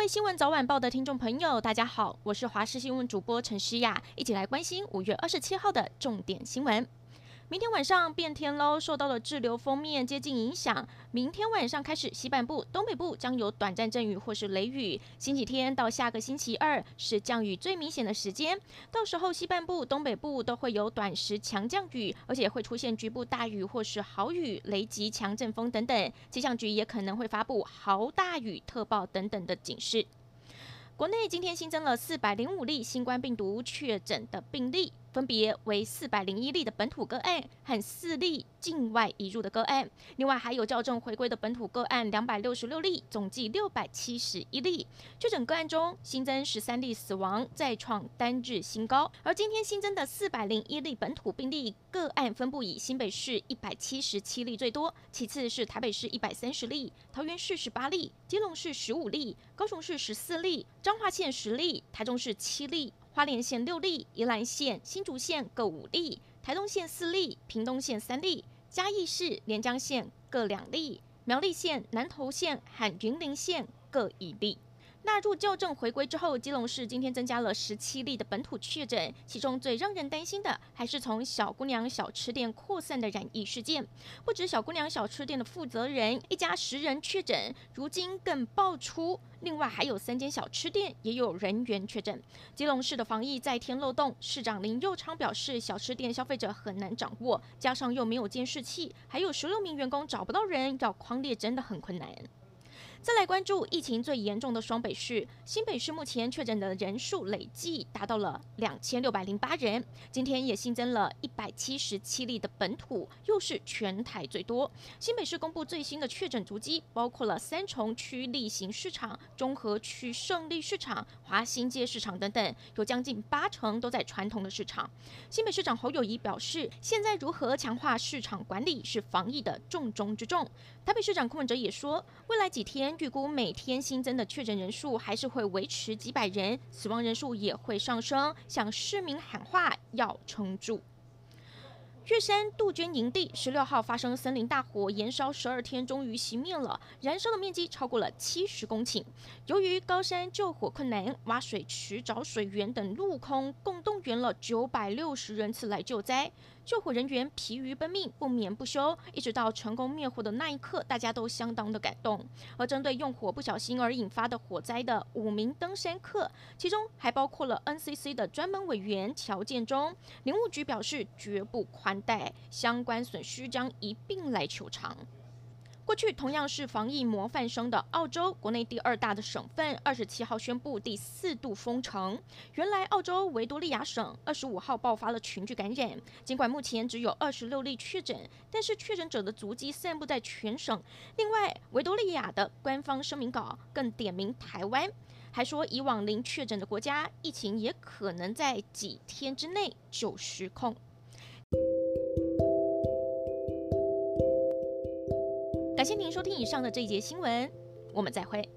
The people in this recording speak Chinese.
位新闻早晚报的听众朋友，大家好，我是华视新闻主播陈诗雅，一起来关心5月27号的重点新闻。明天晚上变天喽，受到了滞留锋面接近影响，明天晚上开始，西半部、东北部将有短暂阵雨或是雷雨。星期天到下个星期二是降雨最明显的时间，到时候西半部、东北部都会有短时强降雨，而且会出现局部大雨或是豪雨、雷击、强阵风等等。气象局也可能会发布豪大雨特报等等的警示。国内今天新增了405例新冠病毒确诊的病例，分别为401例的本土个案和4例境外移入的个案，另外还有校正回归的本土个案266例，总计671例。确诊个案中新增13例死亡，再创单日新高。而今天新增的401例本土病例个案分布以新北市177例最多，其次是台北市130例，桃园市18例，基隆市15例，高雄市14例，彰化县10例，台中市7例，花莲县6例，宜兰县、新竹县各5例，台东县4例，屏东县3例，嘉义市、连江县各2例，苗栗县、南投县和云林县各1例。纳入校正回归之后，基隆市今天增加了17例的本土确诊，其中最让人担心的还是从小姑娘小吃店扩散的染疫事件。不止小姑娘小吃店的负责人一家10人确诊，如今更爆出另外还有3间小吃店也有人员确诊。基隆市的防疫再添漏洞，市长林右昌表示，小吃店消费者很难掌握，加上又没有监视器，还有16名员工找不到人，要匡列真的很困难。再来关注疫情最严重的双北市，新北市目前确诊的人数累计达到了2608人，今天也新增了177例的本土，又是全台最多。新北市公布最新的确诊足迹，包括了三重区例行市场、中和区胜利市场、华新街市场等等，有将近80%都在传统的市场。新北市长侯友宜表示，现在如何强化市场管理是防疫的重中之重。台北市长柯文哲也说，未来几天预估每天新增的确诊人数还是会维持几百人，死亡人数也会上升，向市民喊话要撑住。月山杜鹃营地16号发生森林大火，延烧12天，终于熄灭了，燃烧的面积超过了70公顷。由于高山救火困难，挖水池、找水源等陆空共动员了960人次来救灾。救火人员疲于奔命，不眠不休，一直到成功灭火的那一刻，大家都相当的感动。而针对用火不小心而引发的火灾的5名登山客，其中还包括了 NCC 的专门委员乔建中。林务局表示绝不宽待，相关损失将一并来求偿。过去同样是防疫模范生的澳洲，国内第2大的省份，27号宣布第4度封城。原来澳洲维多利亚省25号爆发了群聚感染，尽管目前只有26例确诊，但是确诊者的足迹散布在全省。另外，维多利亚的官方声明稿更点名台湾，还说以往零确诊的国家，疫情也可能在几天之内就失控。感谢您收听以上的这一节新闻，我们再会。